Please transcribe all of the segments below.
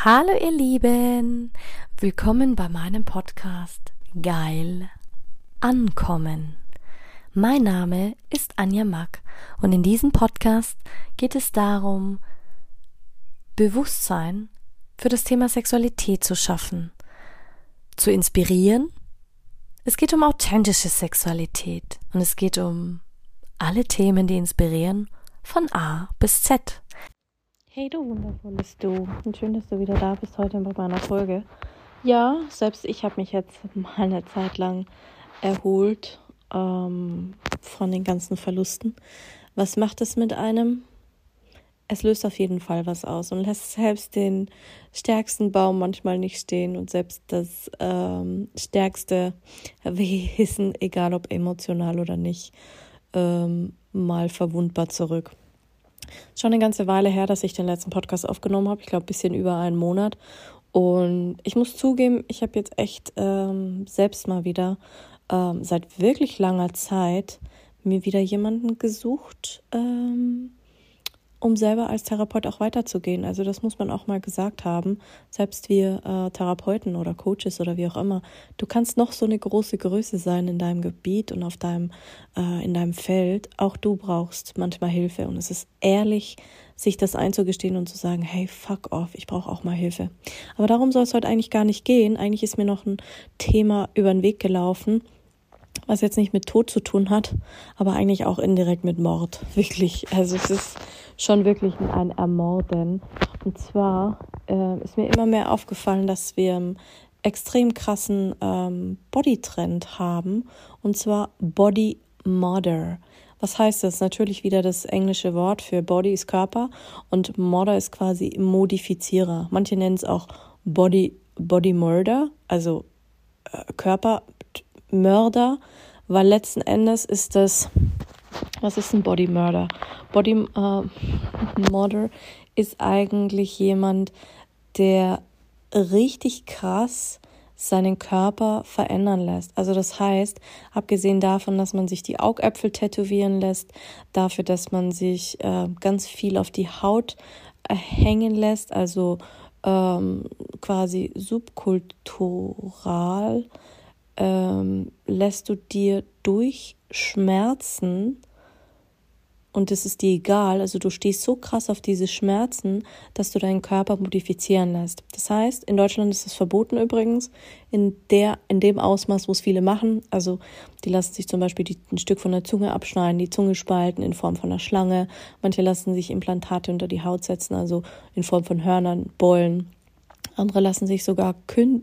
Hallo ihr Lieben, willkommen bei meinem Podcast Geil Ankommen. Mein Name ist Anja Mack und in diesem Podcast geht es darum, Bewusstsein für das Thema Sexualität zu schaffen, zu inspirieren. Es geht um authentische Sexualität und es geht um alle Themen, die inspirieren, von A bis Z. Hey du wundervolles Du und schön, dass du wieder da bist heute bei meiner Folge. Ja, selbst ich habe mich jetzt mal eine Zeit lang erholt von den ganzen Verlusten. Was macht es mit einem? Es löst auf jeden Fall was aus und lässt selbst den stärksten Baum manchmal nicht stehen und selbst das stärkste Wesen, egal ob emotional oder nicht, mal verwundbar zurück. Schon eine ganze Weile her, dass ich den letzten Podcast aufgenommen habe. Ich glaube, ein bisschen über einen Monat. Und ich muss zugeben, ich habe jetzt echt selbst mal wieder seit wirklich langer Zeit mir wieder jemanden gesucht, um selber als Therapeut auch weiterzugehen. Also das muss man auch mal gesagt haben. Selbst wir Therapeuten oder Coaches oder wie auch immer, du kannst noch so eine große Größe sein in deinem Gebiet und in deinem Feld. Auch du brauchst manchmal Hilfe. Und es ist ehrlich, sich das einzugestehen und zu sagen, hey, fuck off, ich brauche auch mal Hilfe. Aber darum soll es heute eigentlich gar nicht gehen. Eigentlich ist mir noch ein Thema über den Weg gelaufen, was jetzt nicht mit Tod zu tun hat, aber eigentlich auch indirekt mit Mord. Wirklich. Also es ist schon wirklich ein Ermorden. Und zwar ist mir immer mehr aufgefallen, dass wir einen extrem krassen Bodytrend haben. Und zwar Body Modder. Was heißt das? Natürlich wieder das englische Wort für Body ist Körper und Modder ist quasi Modifizierer. Manche nennen es auch Body Murder, also Körpermörder, weil letzten Endes ist das, was ist ein Body Murder? Body Murder ist eigentlich jemand, der richtig krass seinen Körper verändern lässt. Also das heißt, abgesehen davon, dass man sich die Augäpfel tätowieren lässt, dafür, dass man sich ganz viel auf die Haut hängen lässt, also quasi subkultural, lässt du dir durch Schmerzen, und es ist dir egal, also du stehst so krass auf diese Schmerzen, dass du deinen Körper modifizieren lässt. Das heißt, in Deutschland ist es verboten übrigens, in dem Ausmaß, wo es viele machen. Also die lassen sich zum Beispiel ein Stück von der Zunge abschneiden, die Zunge spalten in Form von einer Schlange. Manche lassen sich Implantate unter die Haut setzen, also in Form von Hörnern, Beulen. Andere lassen sich sogar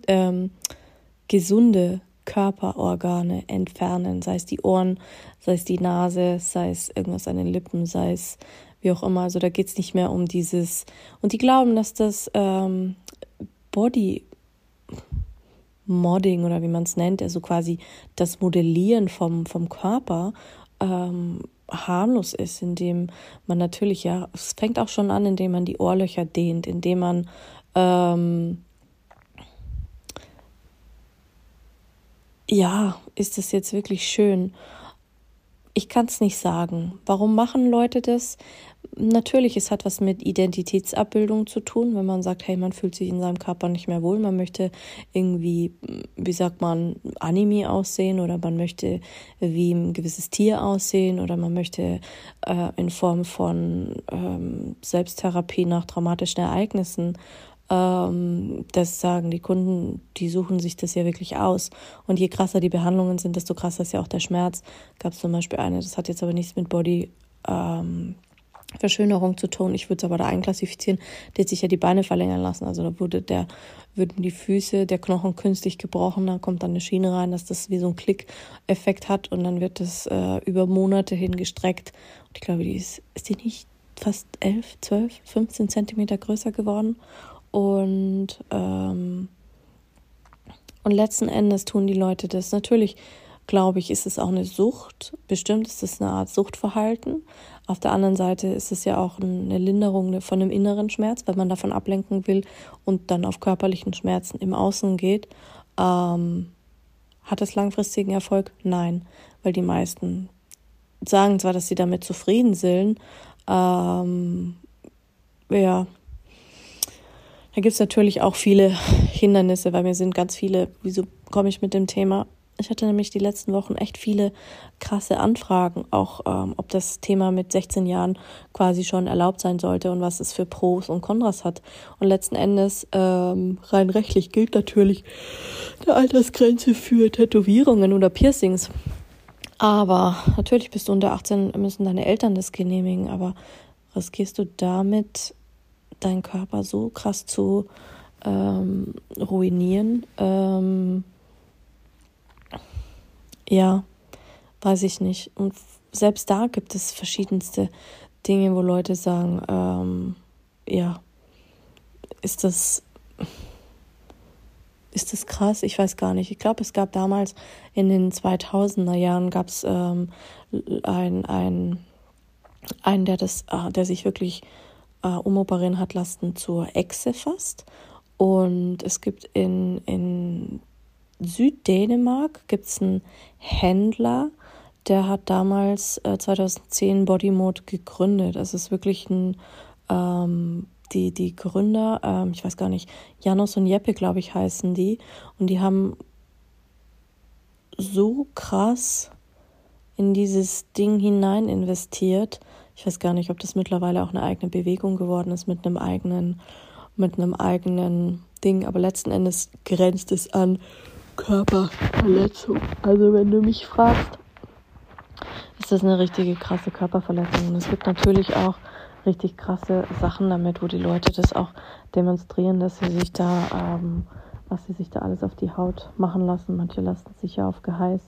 gesunde Körperorgane entfernen, sei es die Ohren, sei es die Nase, sei es irgendwas an den Lippen, sei es wie auch immer. Also da geht es nicht mehr um dieses. Und die glauben, dass das Body Modding oder wie man es nennt, also quasi das Modellieren vom Körper harmlos ist, indem man natürlich, ja, es fängt auch schon an, indem man die Ohrlöcher dehnt, indem man ja, ist es jetzt wirklich schön? Ich kann es nicht sagen. Warum machen Leute das? Natürlich, es hat was mit Identitätsabbildung zu tun, wenn man sagt, hey, man fühlt sich in seinem Körper nicht mehr wohl, man möchte irgendwie, wie sagt man, Anime aussehen oder man möchte wie ein gewisses Tier aussehen oder man möchte in Form von Selbsttherapie nach traumatischen Ereignissen. Das sagen die Kunden, die suchen sich das ja wirklich aus. Und je krasser die Behandlungen sind, desto krasser ist ja auch der Schmerz. Gab es zum Beispiel eine, das hat jetzt aber nichts mit Body Verschönerung zu tun. Ich würde es aber da einklassifizieren, die hat sich ja die Beine verlängern lassen. Also da würden die Füße, der Knochen künstlich gebrochen, da kommt dann eine Schiene rein, dass das wie so ein Klick-Effekt hat und dann wird das über Monate hin gestreckt. Und ich glaube, ist die nicht fast 11, 12, 15 Zentimeter größer geworden? Und letzten Endes tun die Leute das. Natürlich, glaube ich, ist es auch eine Sucht. Bestimmt ist es eine Art Suchtverhalten. Auf der anderen Seite ist es ja auch eine Linderung von einem inneren Schmerz, weil man davon ablenken will und dann auf körperlichen Schmerzen im Außen geht. Hat es langfristigen Erfolg? Nein, weil die meisten sagen zwar, dass sie damit zufrieden sind, ja, Da gibt es natürlich auch viele Hindernisse, weil mir sind ganz viele, wieso komme ich mit dem Thema? Ich hatte nämlich die letzten Wochen echt viele krasse Anfragen, auch ob das Thema mit 16 Jahren quasi schon erlaubt sein sollte und was es für Pros und Kontras hat. Und letzten Endes, rein rechtlich gilt natürlich eine Altersgrenze für Tätowierungen oder Piercings. Aber natürlich bist du unter 18, müssen deine Eltern das genehmigen, aber riskierst du damit, deinen Körper so krass zu ruinieren? Ja, weiß ich nicht. Und selbst da gibt es verschiedenste Dinge, wo Leute sagen, ja, ist das krass? Ich weiß gar nicht. Ich glaube, es gab damals in den 2000er Jahren gab es einen, der sich wirklich umoperieren hat lassen zur Echse fast. Und es gibt in Süddänemark gibt's einen Händler, der hat damals 2010 Bodymode gegründet. Das ist wirklich ein die Gründer, ich weiß gar nicht, Janos und Jeppe, glaube ich, heißen die. Und die haben so krass in dieses Ding hinein investiert. Ich weiß gar nicht, ob das mittlerweile auch eine eigene Bewegung geworden ist mit einem eigenen Ding. Aber letzten Endes grenzt es an Körperverletzung. Also wenn du mich fragst, ist das eine richtige krasse Körperverletzung. Und es gibt natürlich auch richtig krasse Sachen damit, wo die Leute das auch demonstrieren, dass sie sich da, was sie sich da alles auf die Haut machen lassen. Manche lassen sich ja auf Geheiß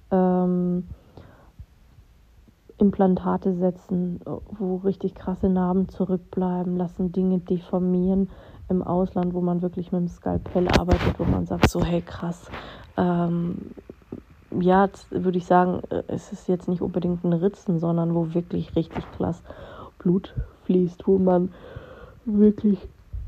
Implantate setzen, wo richtig krasse Narben zurückbleiben, lassen Dinge deformieren im Ausland, wo man wirklich mit dem Skalpell arbeitet, wo man sagt so, hey krass, ja, jetzt würde ich sagen, es ist jetzt nicht unbedingt ein Ritzen, sondern wo wirklich richtig krass Blut fließt, wo man wirklich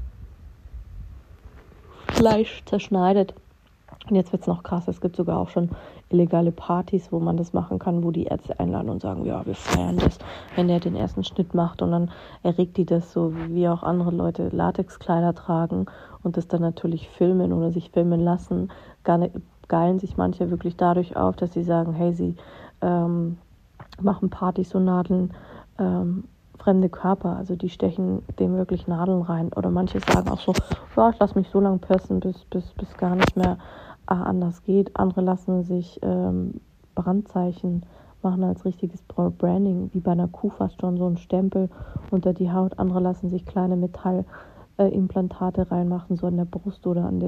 Fleisch zerschneidet. Und jetzt wird es noch krass, es gibt sogar auch schon illegale Partys, wo man das machen kann, wo die Ärzte einladen und sagen, ja, wir feiern das, wenn der den ersten Schnitt macht, und dann erregt die das so, wie auch andere Leute Latexkleider tragen und das dann natürlich filmen oder sich filmen lassen. Geilen sich manche wirklich dadurch auf, dass sie sagen, hey, sie machen Partys und nadeln fremde Körper, also die stechen dem wirklich Nadeln rein. Oder manche sagen auch so, ja, ich lasse mich so lange piercen, bis gar nicht mehr anders geht. Andere lassen sich Brandzeichen machen als richtiges Branding, wie bei einer Kuh fast schon, so ein Stempel unter die Haut. Andere lassen sich kleine Metallimplantate reinmachen, so an der Brust oder an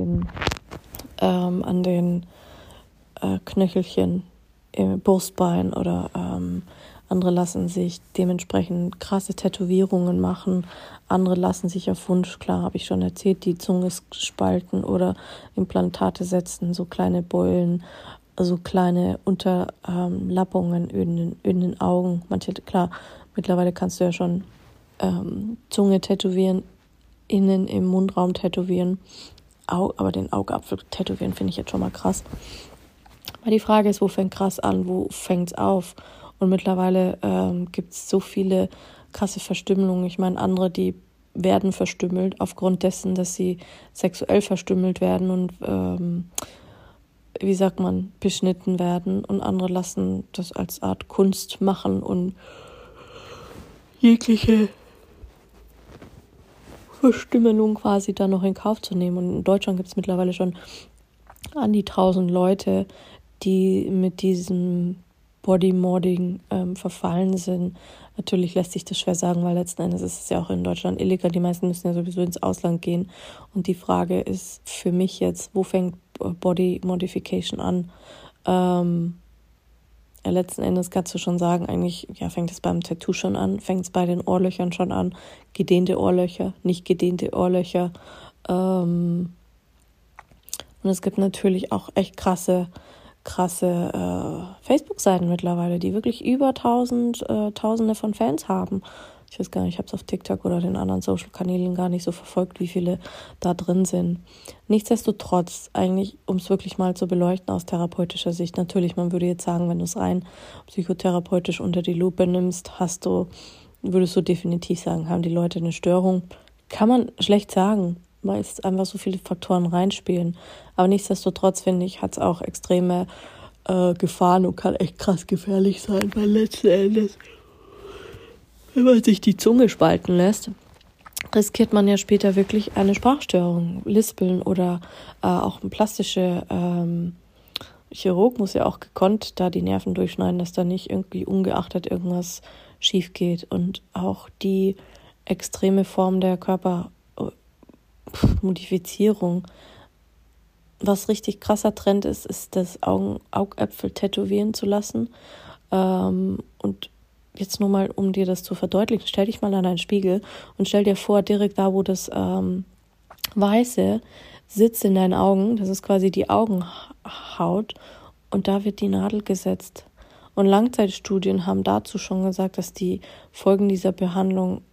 den Knöchelchen im Brustbein, oder andere lassen sich dementsprechend krasse Tätowierungen machen. Andere lassen sich auf Wunsch, klar, habe ich schon erzählt, die Zunge spalten oder Implantate setzen, so kleine Beulen, also kleine Unterlappungen in den Augen. Manche, klar, mittlerweile kannst du ja schon Zunge tätowieren, innen im Mundraum tätowieren, aber den Augapfel tätowieren finde ich jetzt schon mal krass. Aber die Frage ist, wo fängt krass an, wo fängt es auf? Und mittlerweile gibt es so viele krasse Verstümmelungen. Ich meine, andere, die werden verstümmelt aufgrund dessen, dass sie sexuell verstümmelt werden und, beschnitten werden. Und andere lassen das als Art Kunst machen und jegliche Verstümmelung quasi da noch in Kauf zu nehmen. Und in Deutschland gibt es mittlerweile schon an die 1000 Leute, die mit diesem Bodymodding verfallen sind. Natürlich lässt sich das schwer sagen, weil letzten Endes ist es ja auch in Deutschland illegal. Die meisten müssen ja sowieso ins Ausland gehen. Und die Frage ist für mich jetzt, wo fängt Body Modification an? Letzten Endes kannst du schon sagen, eigentlich fängt es beim Tattoo schon an, fängt es bei den Ohrlöchern schon an. Gedehnte Ohrlöcher, nicht gedehnte Ohrlöcher. Und es gibt natürlich auch echt krasse Facebook-Seiten mittlerweile, die wirklich über Tausende von Fans haben. Ich weiß gar nicht, ich habe es auf TikTok oder den anderen Social-Kanälen gar nicht so verfolgt, wie viele da drin sind. Nichtsdestotrotz, eigentlich, um es wirklich mal zu beleuchten aus therapeutischer Sicht, natürlich, man würde jetzt sagen, wenn du es rein psychotherapeutisch unter die Lupe nimmst, würdest du definitiv sagen, haben die Leute eine Störung. Kann man schlecht sagen. weil es einfach so viele Faktoren reinspielen. Aber nichtsdestotrotz, finde ich, hat es auch extreme Gefahren und kann echt krass gefährlich sein, weil letzten Endes, wenn man sich die Zunge spalten lässt, riskiert man ja später wirklich eine Sprachstörung, Lispeln oder auch ein plastischer Chirurg muss ja auch gekonnt da die Nerven durchschneiden, dass da nicht irgendwie ungeachtet irgendwas schief geht. Und auch die extreme Form der Körpermodifizierung. Was richtig krasser Trend ist, ist das Augäpfel tätowieren zu lassen. Und jetzt nur mal, um dir das zu verdeutlichen, stell dich mal an einen Spiegel und stell dir vor, direkt da, wo das Weiße sitzt in deinen Augen, das ist quasi die Augenhaut, und da wird die Nadel gesetzt. Und Langzeitstudien haben dazu schon gesagt, dass die Folgen dieser Behandlung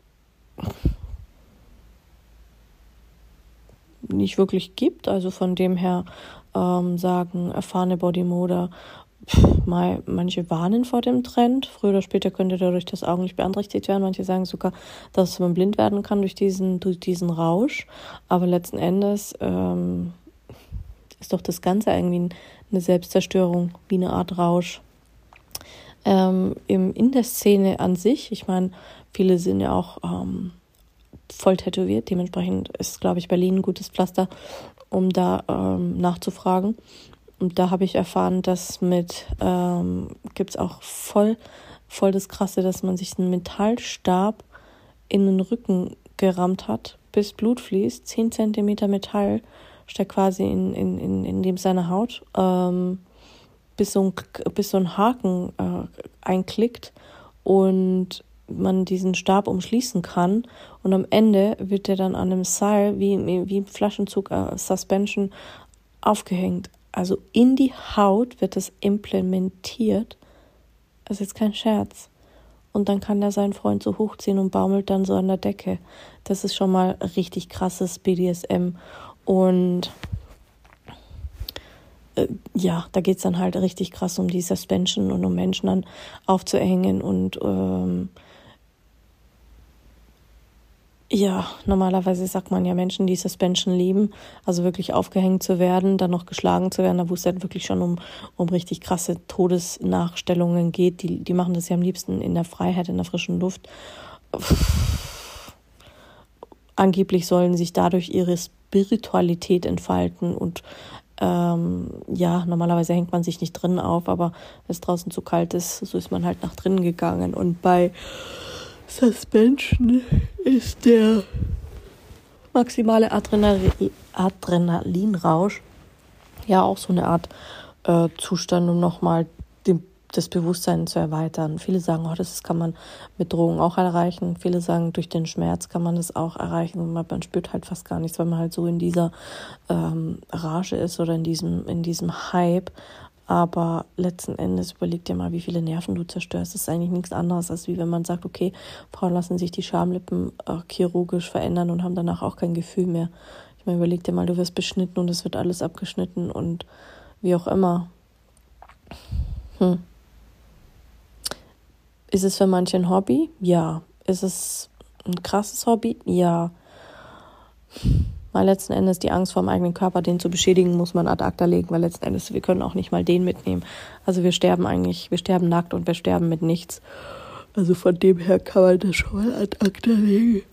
nicht wirklich gibt. Also von dem her sagen erfahrene Bodymoder, manche warnen vor dem Trend. Früher oder später könnte dadurch das Augenlicht beeinträchtigt werden. Manche sagen sogar, dass man blind werden kann durch diesen Rausch. Aber letzten Endes ist doch das Ganze irgendwie eine Selbstzerstörung, wie eine Art Rausch. In der Szene an sich, ich meine, viele sind ja auch voll tätowiert. Dementsprechend ist, glaube ich, Berlin ein gutes Pflaster, um da nachzufragen. Und da habe ich erfahren, dass gibt es auch voll das Krasse, dass man sich einen Metallstab in den Rücken gerammt hat, bis Blut fließt. 10 Zentimeter Metall steckt quasi in dem seine Haut, bis so ein Haken einklickt und man diesen Stab umschließen kann. Und am Ende wird der dann an einem Seil, wie im Flaschenzug Suspension, aufgehängt. Also in die Haut wird das implementiert. Das ist jetzt kein Scherz. Und dann kann er seinen Freund so hochziehen und baumelt dann so an der Decke. Das ist schon mal richtig krasses BDSM. Und da geht es dann halt richtig krass um die Suspension und um Menschen dann aufzuhängen. Und normalerweise sagt man ja Menschen, die Suspension lieben, also wirklich aufgehängt zu werden, dann noch geschlagen zu werden, da wo es dann wirklich schon um richtig krasse Todesnachstellungen geht. Die machen das ja am liebsten in der Freiheit, in der frischen Luft. Angeblich sollen sich dadurch ihre Spiritualität entfalten und normalerweise hängt man sich nicht drinnen auf, aber wenn es draußen zu kalt ist, so ist man halt nach drinnen gegangen. Und bei Suspension ist der maximale Adrenalinrausch ja auch so eine Art Zustand, um nochmal das Bewusstsein zu erweitern. Viele sagen, das kann man mit Drogen auch erreichen. Viele sagen, durch den Schmerz kann man das auch erreichen. Und man spürt halt fast gar nichts, weil man halt so in dieser Rage ist oder in diesem Hype. Aber letzten Endes überleg dir mal, wie viele Nerven du zerstörst. Das ist eigentlich nichts anderes, als wie wenn man sagt, okay, Frauen lassen sich die Schamlippen chirurgisch verändern und haben danach auch kein Gefühl mehr. Ich meine, überleg dir mal, du wirst beschnitten und es wird alles abgeschnitten und wie auch immer. Ist es für manche ein Hobby? Ja. Ist es ein krasses Hobby? Ja. Weil letzten Endes die Angst vor dem eigenen Körper, den zu beschädigen, muss man ad acta legen, weil letzten Endes, wir können auch nicht mal den mitnehmen. Also wir sterben nackt und wir sterben mit nichts. Also von dem her kann man das schon mal ad acta legen.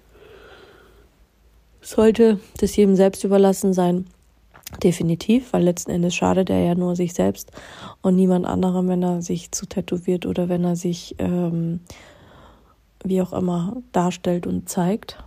Sollte das jedem selbst überlassen sein, definitiv, weil letzten Endes schadet er ja nur sich selbst und niemand anderem, wenn er sich zu tätowiert oder wenn er sich wie auch immer darstellt und zeigt.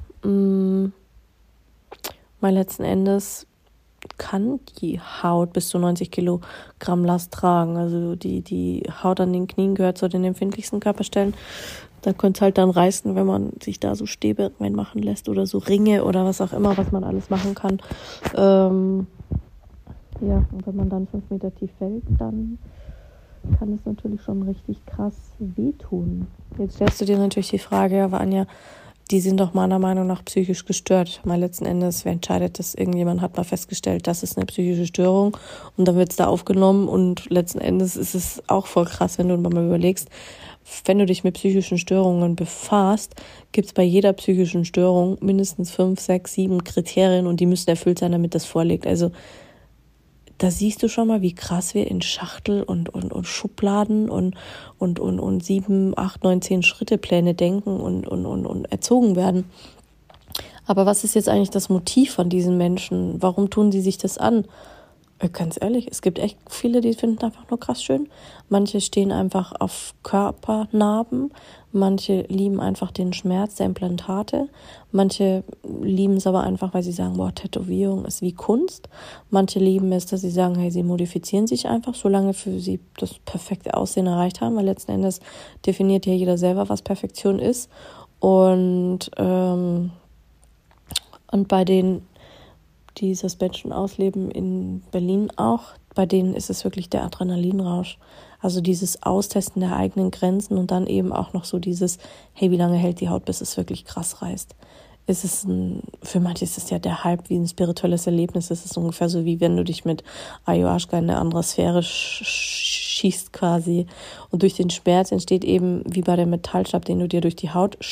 Weil letzten Endes kann die Haut bis zu 90 Kilogramm Last tragen. Also die Haut an den Knien gehört zu den empfindlichsten Körperstellen. Da könnte es halt dann reißen, wenn man sich da so Stäbe reinmachen lässt oder so Ringe oder was auch immer, was man alles machen kann. Und wenn man dann 5 Meter tief fällt, dann kann es natürlich schon richtig krass wehtun. Jetzt stellst du dir natürlich die Frage, aber Anja, die sind doch meiner Meinung nach psychisch gestört. Mal letzten Endes, wer entscheidet das? Irgendjemand hat mal festgestellt, das ist eine psychische Störung und dann wird es da aufgenommen und letzten Endes ist es auch voll krass, wenn du mal überlegst, wenn du dich mit psychischen Störungen befasst, gibt es bei jeder psychischen Störung mindestens 5, 6, 7 Kriterien und die müssen erfüllt sein, damit das vorliegt. Also da siehst du schon mal, wie krass wir in Schachtel und Schubladen und 7, 8, 9, 10 Schrittepläne denken und erzogen werden. Aber was ist jetzt eigentlich das Motiv von diesen Menschen? Warum tun sie sich das an? Ganz ehrlich, es gibt echt viele, die finden einfach nur krass schön. Manche stehen einfach auf Körpernarben. Manche lieben einfach den Schmerz der Implantate. Manche lieben es aber einfach, weil sie sagen, boah, Tätowierung ist wie Kunst. Manche lieben es, dass sie sagen, hey, sie modifizieren sich einfach, solange für sie das perfekte Aussehen erreicht haben. Weil letzten Endes definiert ja jeder selber, was Perfektion ist. Und bei denen, die Suspension ausleben in Berlin auch, bei denen ist es wirklich der Adrenalinrausch. Also dieses Austesten der eigenen Grenzen und dann eben auch noch so dieses, hey, wie lange hält die Haut, bis es wirklich krass reißt. Für manche ist es ja der Hype wie ein spirituelles Erlebnis. Es ist ungefähr so, wie wenn du dich mit Ayahuasca in eine andere Sphäre schießt quasi. Und durch den Schmerz entsteht eben, wie bei dem Metallstab, den du dir durch die Haut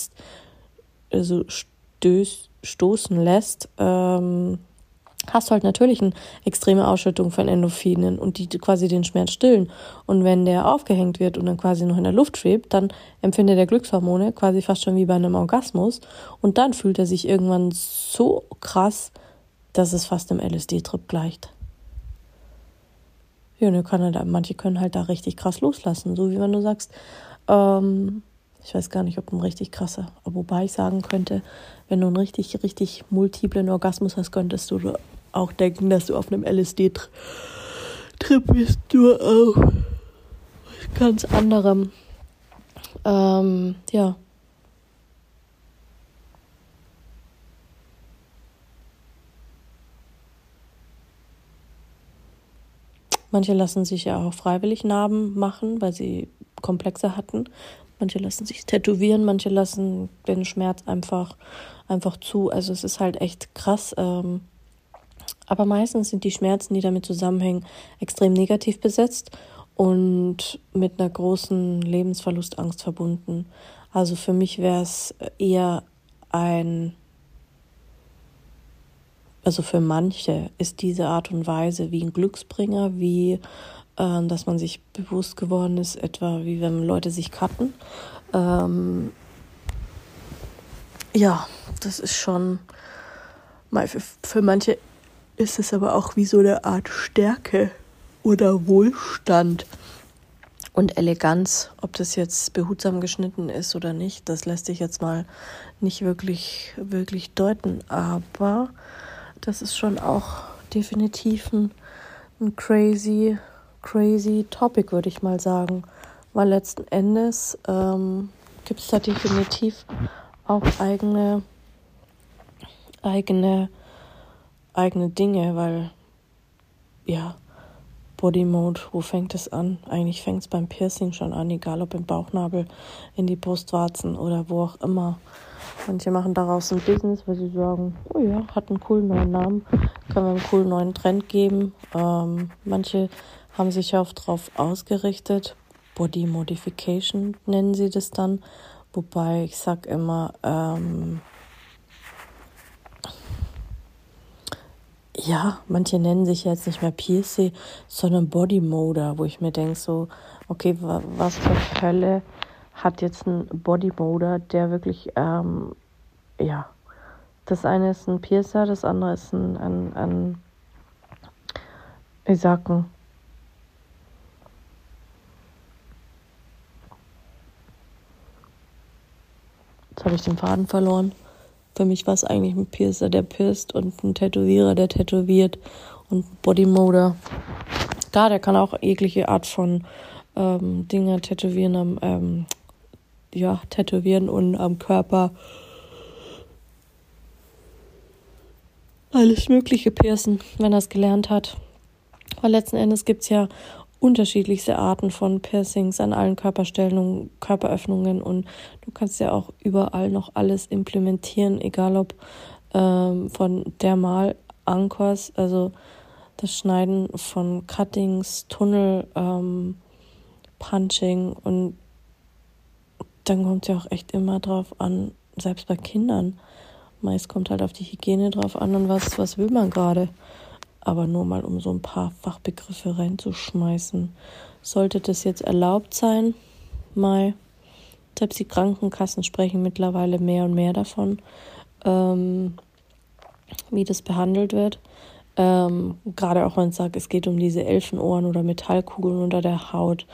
stoßen lässt, hast du halt natürlich eine extreme Ausschüttung von Endorphinen und die quasi den Schmerz stillen. Und wenn der aufgehängt wird und dann quasi noch in der Luft schwebt, dann empfindet er Glückshormone quasi fast schon wie bei einem Orgasmus und dann fühlt er sich irgendwann so krass, dass es fast einem LSD-Trip gleicht. Ja, und manche können halt da richtig krass loslassen, so wie wenn du sagst, ich weiß gar nicht, ob ein richtig krasser, wobei ich sagen könnte, wenn du einen richtig, richtig multiplen Orgasmus hast, könntest du auch denken, dass du auf einem LSD-Trip bist, nur auch was ganz anderem. Ja. Manche lassen sich ja auch freiwillig Narben machen, weil sie Komplexe hatten. Manche lassen sich tätowieren, manche lassen den Schmerz einfach zu. Also es ist halt echt krass. Aber meistens sind die Schmerzen, die damit zusammenhängen, extrem negativ besetzt und mit einer großen Lebensverlustangst verbunden. Also für mich wäre es eher also für manche ist diese Art und Weise wie ein Glücksbringer, wie dass man sich bewusst geworden ist, etwa wie wenn Leute sich cutten. Ja, das ist schon, für manche ist es aber auch wie so eine Art Stärke oder Wohlstand und Eleganz. Ob das jetzt behutsam geschnitten ist oder nicht, das lässt sich jetzt mal nicht wirklich deuten. Aber das ist schon auch definitiv ein crazy Topic, würde ich mal sagen. Weil letzten Endes gibt es da definitiv auch eigene Dinge, weil ja, Body Mode, wo fängt es an? Eigentlich fängt es beim Piercing schon an, egal ob im Bauchnabel, in die Brustwarzen oder wo auch immer. Manche machen daraus ein Business, weil sie sagen, oh ja, hat einen coolen neuen Namen, können wir einen coolen neuen Trend geben. Manche haben sich auch darauf ausgerichtet, Body Modification nennen sie das dann, wobei ich sag immer, ja, manche nennen sich jetzt nicht mehr Piercing, sondern Body Moder, wo ich mir denke so, okay, was zur Hölle hat jetzt ein Body Moder, der wirklich, ja, das eine ist ein Piercer, das andere ist ein jetzt habe ich den Faden verloren. Für mich war es eigentlich ein Piercer, der pierst und ein Tätowierer, der tätowiert und ein Bodymoder. Klar, der kann auch jegliche Art von Dinge tätowieren tätowieren und am Körper alles Mögliche piercen, wenn er es gelernt hat. Weil letzten Endes gibt es ja unterschiedlichste Arten von Piercings an allen Körperstellen und Körperöffnungen und du kannst ja auch überall noch alles implementieren, egal ob von Dermal-Anchors, also das Schneiden von Cuttings, Tunnel, Punching und dann kommt es ja auch echt immer drauf an, selbst bei Kindern. Meist kommt halt auf die Hygiene drauf an und was will man gerade. Aber nur mal, um so ein paar Fachbegriffe reinzuschmeißen. Sollte das jetzt erlaubt sein, selbst die Krankenkassen sprechen mittlerweile mehr und mehr davon, wie das behandelt wird. Gerade auch wenn ich sage, es geht um diese Elfenohren oder Metallkugeln unter der Haut.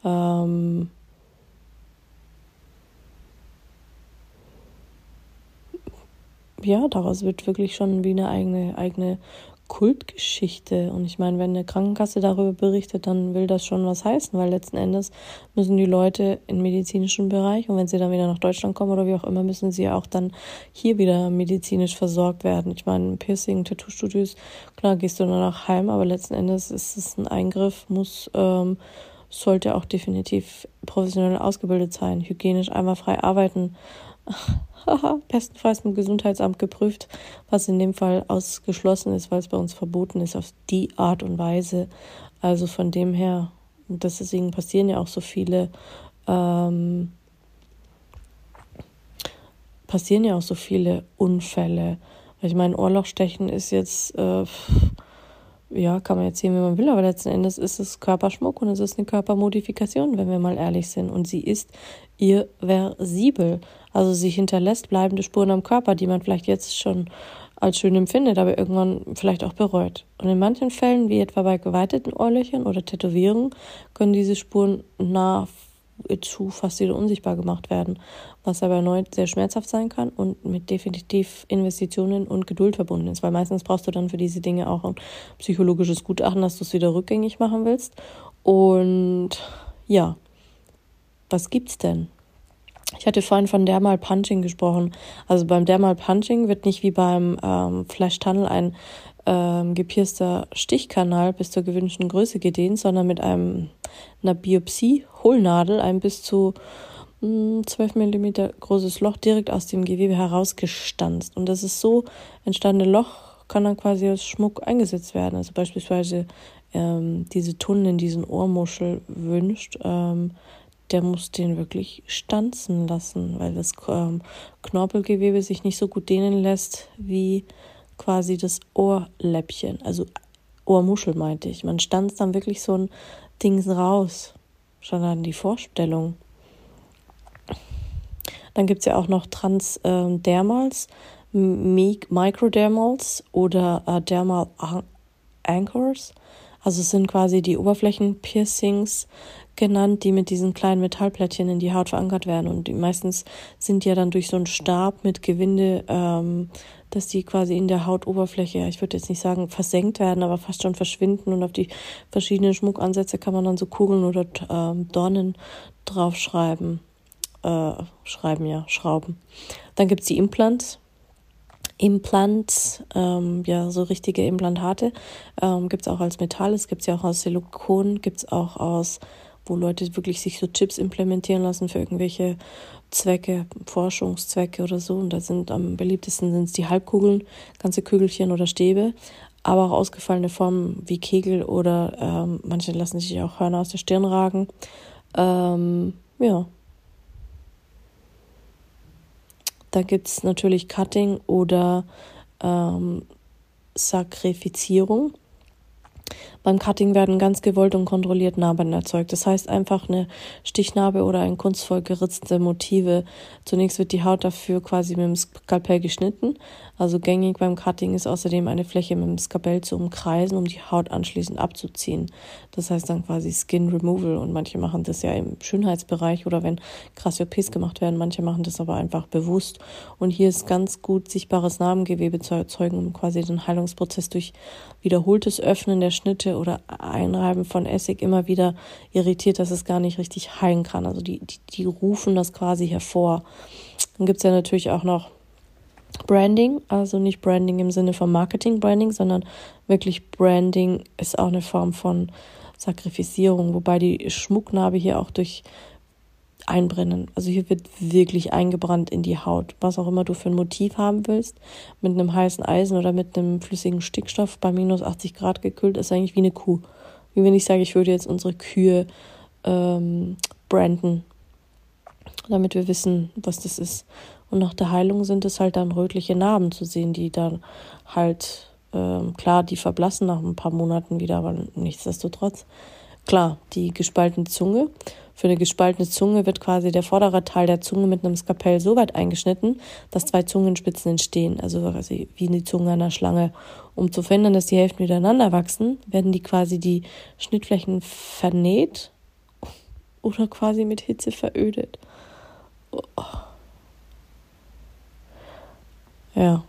Ja, daraus wird wirklich schon wie eine eigene Kultgeschichte. Und ich meine, wenn eine Krankenkasse darüber berichtet, dann will das schon was heißen, weil letzten Endes müssen die Leute im medizinischen Bereich, und wenn sie dann wieder nach Deutschland kommen oder wie auch immer, müssen sie ja auch dann hier wieder medizinisch versorgt werden. Ich meine, Piercing, Tattoo-Studios, klar gehst du danach heim, aber letzten Endes ist es ein Eingriff, sollte auch definitiv professionell ausgebildet sein, hygienisch einwandfrei arbeiten. Bestenfalls mit dem Gesundheitsamt geprüft, was in dem Fall ausgeschlossen ist, weil es bei uns verboten ist auf die Art und Weise. Also von dem her, deswegen passieren ja auch so viele Unfälle. Ich meine, Ohrlochstechen ist jetzt, ja, kann man jetzt sehen, wie man will, aber letzten Endes ist es Körperschmuck und es ist eine Körpermodifikation, wenn wir mal ehrlich sind. Und sie ist irreversibel. Also sie hinterlässt bleibende Spuren am Körper, die man vielleicht jetzt schon als schön empfindet, aber irgendwann vielleicht auch bereut. Und in manchen Fällen, wie etwa bei geweiteten Ohrlöchern oder Tätowierungen, können diese Spuren nahezu fast wieder unsichtbar gemacht werden, was aber erneut sehr schmerzhaft sein kann und mit definitiv Investitionen und Geduld verbunden ist, weil meistens brauchst du dann für diese Dinge auch ein psychologisches Gutachten, dass du es wieder rückgängig machen willst. Und ja, was gibt's denn? Ich hatte vorhin von Dermal Punching gesprochen. Also beim Dermal Punching wird nicht wie beim Flash Tunnel ein gepierster Stichkanal bis zur gewünschten Größe gedehnt, sondern mit einer Biopsie-Hohlnadel ein bis zu 12 Millimeter großes Loch direkt aus dem Gewebe herausgestanzt. Und das ist so entstandene Loch kann dann quasi als Schmuck eingesetzt werden. Also beispielsweise diese Tunnel, diesen Ohrmuschel wünscht, der muss den wirklich stanzen lassen, weil das Knorpelgewebe sich nicht so gut dehnen lässt wie quasi das Ohrläppchen, also Ohrmuschel meinte ich. Man stanzt dann wirklich so ein Ding raus. Schon an die Vorstellung. Dann gibt es ja auch noch Transdermals, Microdermals oder Dermal Anchors. Also es sind quasi die Oberflächenpiercings genannt, die mit diesen kleinen Metallplättchen in die Haut verankert werden. Und die meistens sind ja dann durch so einen Stab mit Gewinde, dass die quasi in der Hautoberfläche, ich würde jetzt nicht sagen versenkt werden, aber fast schon verschwinden. Und auf die verschiedenen Schmuckansätze kann man dann so Kugeln oder Dornen draufschreiben. Schrauben. Dann gibt's die Implants, so richtige Implantate, gibt's auch als Metall, es gibt's ja auch aus Silikon, gibt's auch aus, wo Leute wirklich sich so Chips implementieren lassen für irgendwelche Zwecke, Forschungszwecke oder so. Und da sind am beliebtesten sind's die Halbkugeln, ganze Kügelchen oder Stäbe, aber auch ausgefallene Formen wie Kegel oder manche lassen sich auch Hörner aus der Stirn ragen. Ja. Da gibt's natürlich Cutting oder Sakrifizierung. Beim Cutting werden ganz gewollt und kontrolliert Narben erzeugt. Das heißt einfach eine Stichnarbe oder ein kunstvoll geritzte Motive. Zunächst wird die Haut dafür quasi mit dem Skalpell geschnitten. Also gängig beim Cutting ist außerdem eine Fläche mit dem Skalpell zu umkreisen, um die Haut anschließend abzuziehen. Das heißt dann quasi Skin Removal und manche machen das ja im Schönheitsbereich oder wenn krasse OPs gemacht werden. Manche machen das aber einfach bewusst. Und hier ist ganz gut sichtbares Narbengewebe zu erzeugen, um quasi den Heilungsprozess durch wiederholtes Öffnen der Schnitte oder Einreiben von Essig immer wieder irritiert, dass es gar nicht richtig heilen kann. Also die rufen das quasi hervor. Dann gibt's ja natürlich auch noch Branding, also nicht Branding im Sinne von Marketing-Branding, sondern wirklich Branding ist auch eine Form von Sakrifizierung, wobei die Schmucknarbe hier auch durch Einbrennen, also hier wird wirklich eingebrannt in die Haut, was auch immer du für ein Motiv haben willst, mit einem heißen Eisen oder mit einem flüssigen Stickstoff bei minus 80 Grad gekühlt, ist eigentlich wie eine Kuh. Wie wenn ich sage, ich würde jetzt unsere Kühe branden, damit wir wissen, was das ist. Und nach der Heilung sind es halt dann rötliche Narben zu sehen, die dann halt, klar, die verblassen nach ein paar Monaten wieder, aber nichtsdestotrotz. Klar, die gespaltene Zunge. Für eine gespaltene Zunge wird quasi der vordere Teil der Zunge mit einem Skalpell so weit eingeschnitten, dass 2 Zungenspitzen entstehen, also quasi wie die Zunge einer Schlange. Um zu verhindern, dass die Hälften miteinander wachsen, werden die Schnittflächen vernäht oder quasi mit Hitze verödet. Oh. Ja.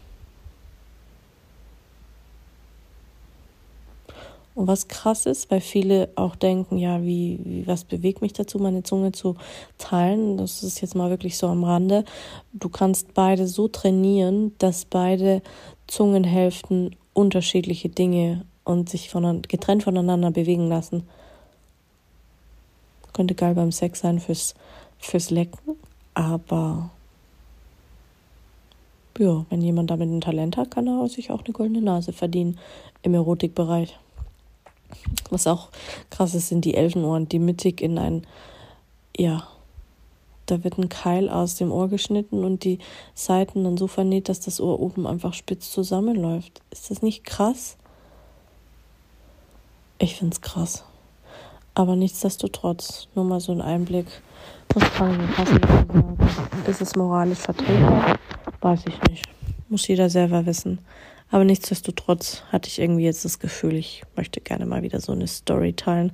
Und was krass ist, weil viele auch denken, ja, was bewegt mich dazu, meine Zunge zu teilen? Das ist jetzt mal wirklich so am Rande. Du kannst beide so trainieren, dass beide Zungenhälften unterschiedliche Dinge und sich getrennt voneinander bewegen lassen. Könnte geil beim Sex sein fürs Lecken, aber ja, wenn jemand damit ein Talent hat, kann er sich auch eine goldene Nase verdienen im Erotikbereich. Was auch krass ist, sind die Elfenohren, die mittig da wird ein Keil aus dem Ohr geschnitten und die Seiten dann so vernäht, dass das Ohr oben einfach spitz zusammenläuft. Ist das nicht krass? Ich find's krass. Aber nichtsdestotrotz, nur mal so ein Einblick. Was kann ich passend sagen? Ist es moralisch vertretbar? Weiß ich nicht. Muss jeder selber wissen. Aber nichtsdestotrotz hatte ich irgendwie jetzt das Gefühl, ich möchte gerne mal wieder so eine Story teilen.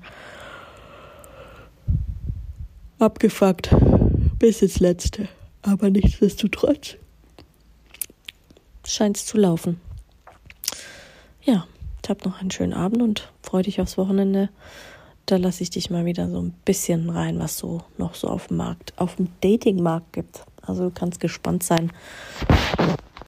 Abgefuckt. Bis ins Letzte. Aber nichtsdestotrotz scheint es zu laufen. Ja, ich habe noch einen schönen Abend und freue dich aufs Wochenende. Da lasse ich dich mal wieder so ein bisschen rein, was so noch so auf dem Datingmarkt gibt. Also du kannst gespannt sein.